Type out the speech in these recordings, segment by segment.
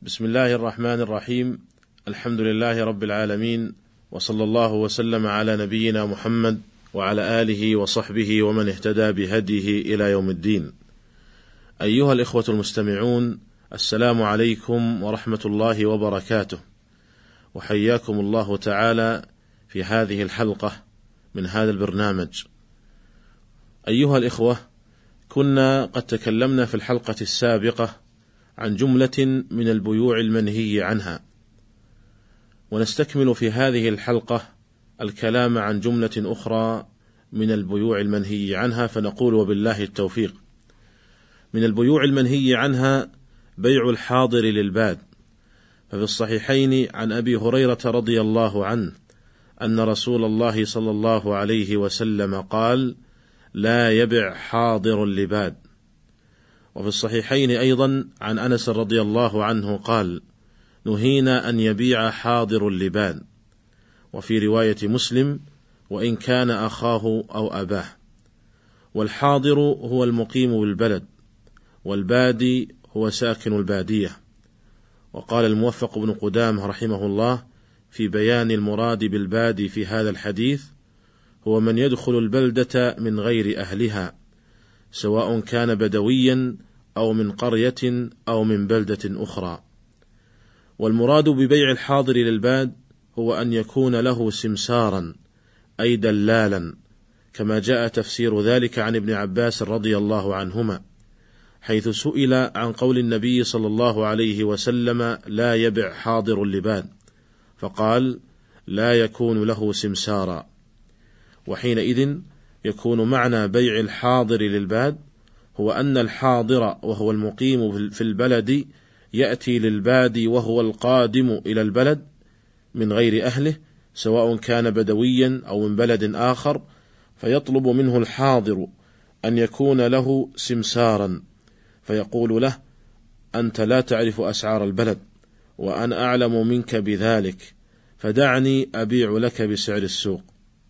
بسم الله الرحمن الرحيم. الحمد لله رب العالمين، وصلى الله وسلم على نبينا محمد وعلى آله وصحبه ومن اهتدى بهديه إلى يوم الدين. أيها الإخوة المستمعون، السلام عليكم ورحمة الله وبركاته، وحياكم الله تعالى في هذه الحلقة من هذا البرنامج. أيها الإخوة، كنا قد تكلمنا في الحلقة السابقة عن جملة من البيوع المنهي عنها، ونستكمل في هذه الحلقة الكلام عن جملة أخرى من البيوع المنهي عنها، فنقول وبالله التوفيق. من البيوع المنهي عنها بيع الحاضر للباد، ففي الصحيحين عن أبي هريرة رضي الله عنه أن رسول الله صلى الله عليه وسلم قال: لا يبع حاضر لباد. وفي الصحيحين أيضا عن أنس رضي الله عنه قال: نهينا أن يبيع حاضر لباد. وفي رواية مسلم: وإن كان أخاه أو أباه. والحاضر هو المقيم بالبلد، والبادي هو ساكن البادية. وقال الموفق بن قدامة رحمه الله في بيان المراد بالبادي في هذا الحديث: هو من يدخل البلدة من غير أهلها، سواء كان بدويا أو من قرية أو من بلدة أخرى. والمراد ببيع الحاضر للباد هو أن يكون له سمسارا أي دلالا، كما جاء تفسير ذلك عن ابن عباس رضي الله عنهما، حيث سئل عن قول النبي صلى الله عليه وسلم: لا يبع حاضر لباد، فقال: لا يكون له سمسارا. وحينئذ يكون معنى بيع الحاضر للباد هو أن الحاضر وهو المقيم في البلد يأتي للبادي وهو القادم إلى البلد من غير أهله، سواء كان بدويا أو من بلد آخر، فيطلب منه الحاضر أن يكون له سمسارا، فيقول له: أنت لا تعرف أسعار البلد، وأنا أعلم منك بذلك، فدعني أبيع لك بسعر السوق.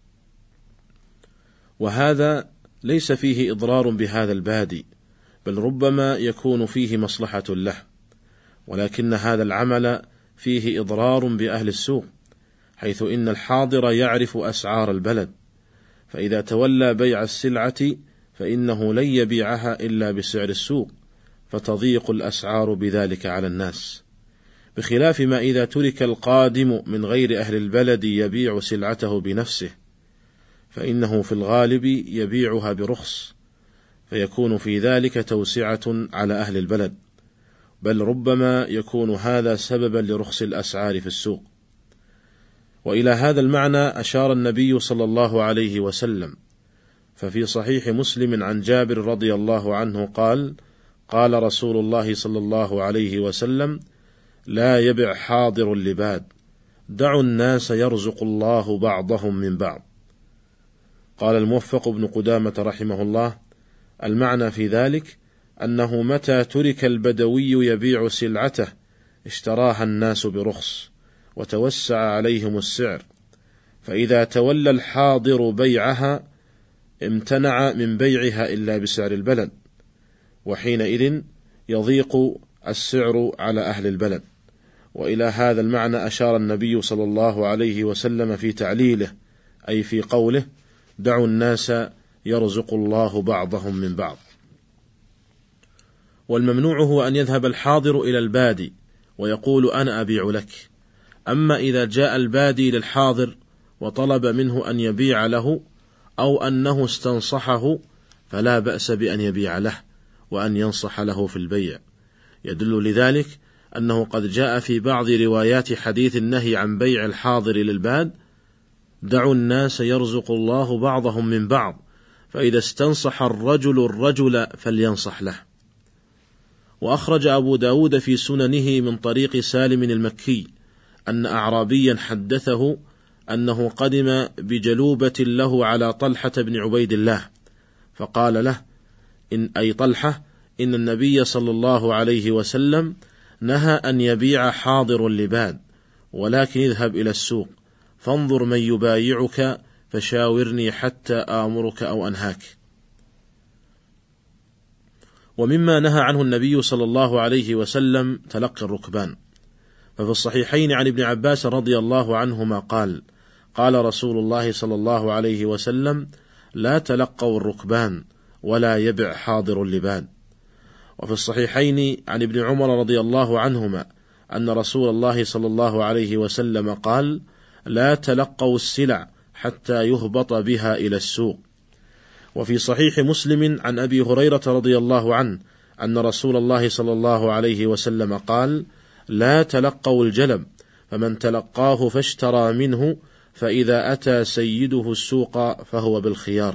وهذا ليس فيه إضرار بهذا البادي، بل ربما يكون فيه مصلحة له، ولكن هذا العمل فيه إضرار بأهل السوق، حيث إن الحاضر يعرف أسعار البلد، فإذا تولى بيع السلعة فإنه لن يبيعها إلا بسعر السوق، فتضيق الأسعار بذلك على الناس، بخلاف ما إذا ترك القادم من غير أهل البلد يبيع سلعته بنفسه، فإنه في الغالب يبيعها برخص، فيكون في ذلك توسعة على أهل البلد، بل ربما يكون هذا سببا لرخص الأسعار في السوق. وإلى هذا المعنى أشار النبي صلى الله عليه وسلم، ففي صحيح مسلم عن جابر رضي الله عنه قال: قال رسول الله صلى الله عليه وسلم: لا يبع حاضر لباد، دعوا الناس يرزق الله بعضهم من بعض. قال الموفق بن قدامة رحمه الله: المعنى في ذلك أنه متى ترك البدوي يبيع سلعته اشتراها الناس برخص وتوسع عليهم السعر، فإذا تولى الحاضر بيعها امتنع من بيعها إلا بسعر البلد، وحينئذ يضيق السعر على أهل البلد. وإلى هذا المعنى أشار النبي صلى الله عليه وسلم في تعليله، أي في قوله: دعوا الناس يرزق الله بعضهم من بعض. والممنوع هو أن يذهب الحاضر إلى البادي ويقول: أنا أبيع لك. أما إذا جاء البادي للحاضر وطلب منه أن يبيع له، أو أنه استنصحه، فلا بأس بأن يبيع له وأن ينصح له في البيع. يدل لذلك أنه قد جاء في بعض روايات حديث النهي عن بيع الحاضر للباد: دعوا الناس يرزق الله بعضهم من بعض، فإذا استنصح الرجل فلينصح له. وأخرج أبو داود في سننه من طريق سالم المكي أن أعرابيا حدثه أنه قدم بجلوبة له على طلحة بن عبيد الله، فقال له: أي طلحة، إن النبي صلى الله عليه وسلم نهى أن يبيع حاضر لباد، ولكن اذهب إلى السوق فانظر من يبايعك فشاورني حتى آمرك أو أنهاك. ومما نهى عنه النبي صلى الله عليه وسلم تلقي الركبان، ففي الصحيحين عن ابن عباس رضي الله عنهما قال: قال رسول الله صلى الله عليه وسلم: لا تلقوا الركبان ولا يبع حاضر اللبان. وفي الصحيحين عن ابن عمر رضي الله عنهما أن رسول الله صلى الله عليه وسلم قال: لا تلقوا السلع حتى يهبط بها إلى السوق. وفي صحيح مسلم عن أبي هريرة رضي الله عنه أن رسول الله صلى الله عليه وسلم قال: لا تلقوا الجلب، فمن تلقاه فاشترى منه فإذا أتى سيده السوق فهو بالخيار.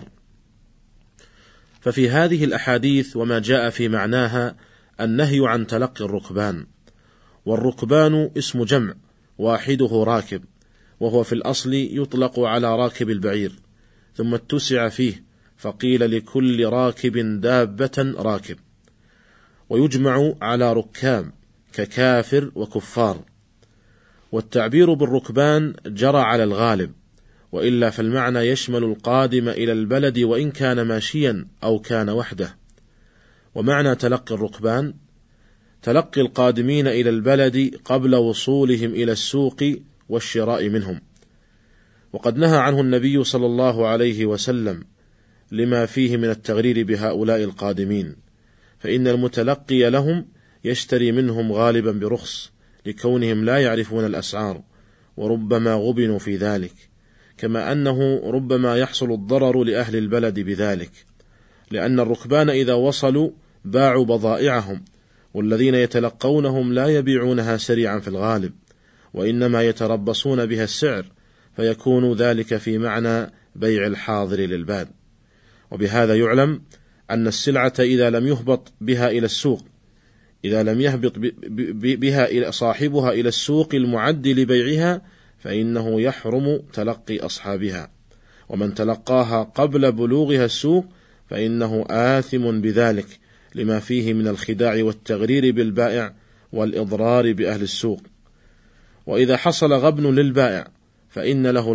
ففي هذه الأحاديث وما جاء في معناها النهي عن تلقي الركبان. والركبان اسم جمع واحده راكب، وهو في الأصل يطلق على راكب البعير، ثم اتسع فيه فقيل لكل راكب دابة راكب، ويجمع على ركاب ككافر وكفار. والتعبير بالركبان جرى على الغالب، وإلا فالمعنى يشمل القادم إلى البلد وإن كان ماشيا أو كان وحده. ومعنى تلقي الركبان تلقي القادمين إلى البلد قبل وصولهم إلى السوق والشراء منهم. وقد نهى عنه النبي صلى الله عليه وسلم لما فيه من التغرير بهؤلاء القادمين، فإن المتلقي لهم يشتري منهم غالبا برخص لكونهم لا يعرفون الأسعار، وربما غبنوا في ذلك، كما أنه ربما يحصل الضرر لأهل البلد بذلك، لأن الركبان إذا وصلوا باعوا بضائعهم، والذين يتلقونهم لا يبيعونها سريعا في الغالب، وإنما يتربصون بها السعر، فيكون ذلك في معنى بيع الحاضر للباد. وبهذا يعلم أن السلعة إذا لم يهبط بها إلى السوق، إذا لم يهبط بها صاحبها إلى السوق المعد لبيعها، فإنه يحرم تلقي أصحابها، ومن تلقاها قبل بلوغها السوق فإنه آثم بذلك، لما فيه من الخداع والتغرير بالبائع والإضرار بأهل السوق. وإذا حصل غبن للبائع فإن له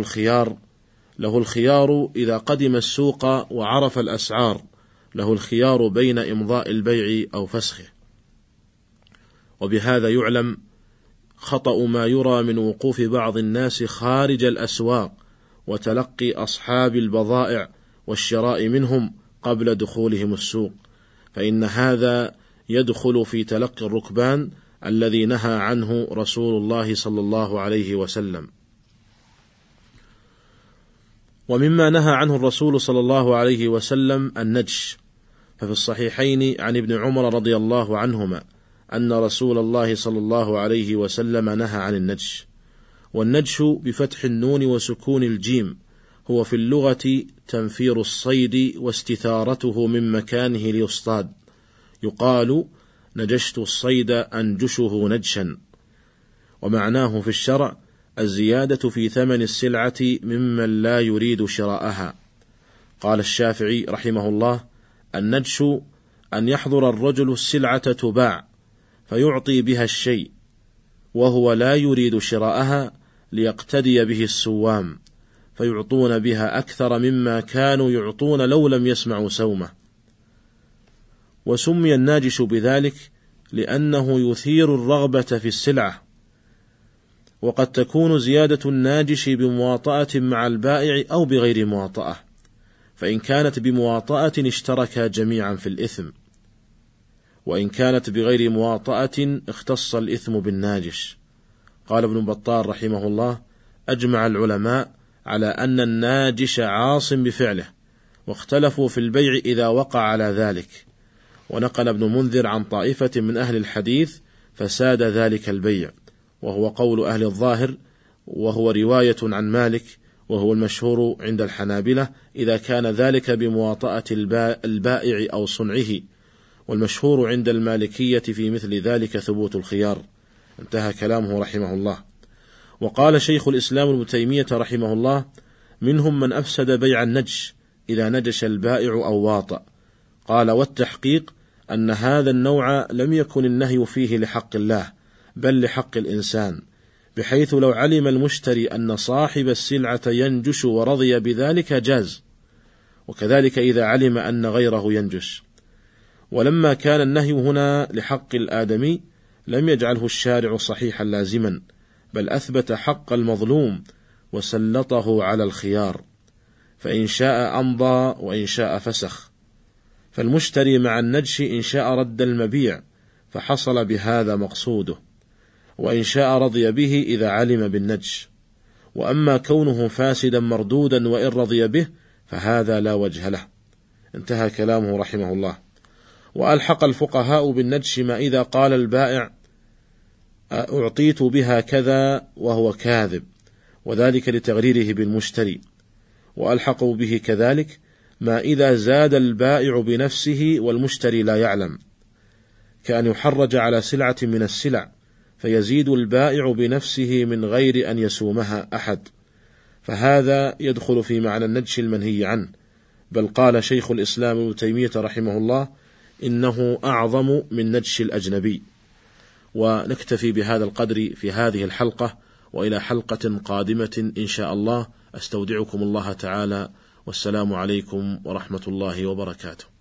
الخيار إذا قدم السوق وعرف الأسعار، له الخيار بين إمضاء البيع أو فسخه. وبهذا يعلم خطأ ما يرى من وقوف بعض الناس خارج الأسواق وتلقي أصحاب البضائع والشراء منهم قبل دخولهم السوق، فإن هذا يدخل في تلقي الركبان الذي نهى عنه رسول الله صلى الله عليه وسلم. ومما نهى عنه الرسول صلى الله عليه وسلم النجش، ففي الصحيحين عن ابن عمر رضي الله عنهما أن رسول الله صلى الله عليه وسلم نهى عن النجش. والنجش بفتح النون وسكون الجيم هو في اللغة تنفير الصيد واستثارته من مكانه ليصطاد، يقال نجشت الصيد أنجشه نجشا. ومعناه في الشرع الزيادة في ثمن السلعة ممن لا يريد شراءها. قال الشافعي رحمه الله: النجش أن يحضر الرجل السلعة تباع فيعطي بها الشيء وهو لا يريد شراءها ليقتدي به السوام، فيعطون بها أكثر مما كانوا يعطون لو لم يسمعوا سومه. وسمي الناجش بذلك لأنه يثير الرغبة في السلعة. وقد تكون زيادة الناجش بمواطأة مع البائع أو بغير مواطأة، فإن كانت بمواطأة اشتركا جميعا في الإثم، وإن كانت بغير مواطأة اختص الإثم بالناجش. قال ابن بطال رحمه الله: أجمع العلماء على أن الناجش عاص بفعله، واختلفوا في البيع إذا وقع على ذلك. ونقل ابن منذر عن طائفة من أهل الحديث فساد ذلك البيع، وهو قول أهل الظاهر، وهو رواية عن مالك، وهو المشهور عند الحنابلة إذا كان ذلك بمواطأة البائع أو صنعه، والمشهور عند المالكية في مثل ذلك ثبوت الخيار. انتهى كلامه رحمه الله. وقال شيخ الإسلام ابن تيمية رحمه الله: منهم من أفسد بيع النجش إذا نجش البائع أو واطأ. قال: والتحقيق أن هذا النوع لم يكن النهي فيه لحق الله بل لحق الإنسان، بحيث لو علم المشتري أن صاحب السلعة ينجش ورضي بذلك جاز، وكذلك إذا علم أن غيره ينجش. ولما كان النهي هنا لحق الآدمي لم يجعله الشارع صحيحا لازما، بل أثبت حق المظلوم وسلطه على الخيار، فإن شاء أمضى وإن شاء فسخ. فالمشتري مع النجش إن شاء رد المبيع فحصل بهذا مقصوده، وإن شاء رضي به إذا علم بالنجش. وأما كونه فاسدا مردودا وإن رضي به فهذا لا وجه له. انتهى كلامه رحمه الله. وألحق الفقهاء بالنجش ما إذا قال البائع أعطيت بها كذا وهو كاذب، وذلك لتغريره بالمشتري. وألحقوا به كذلك ما إذا زاد البائع بنفسه والمشتري لا يعلم، كأن يحرج على سلعة من السلع فيزيد البائع بنفسه من غير أن يسومها أحد، فهذا يدخل في معنى النجش المنهي عنه. بل قال شيخ الإسلام ابن تيمية رحمه الله إنه أعظم من نجش الأجنبي. ونكتفي بهذا القدر في هذه الحلقة، وإلى حلقة قادمة إن شاء الله أستودعكم الله تعالى، والسلام عليكم ورحمة الله وبركاته.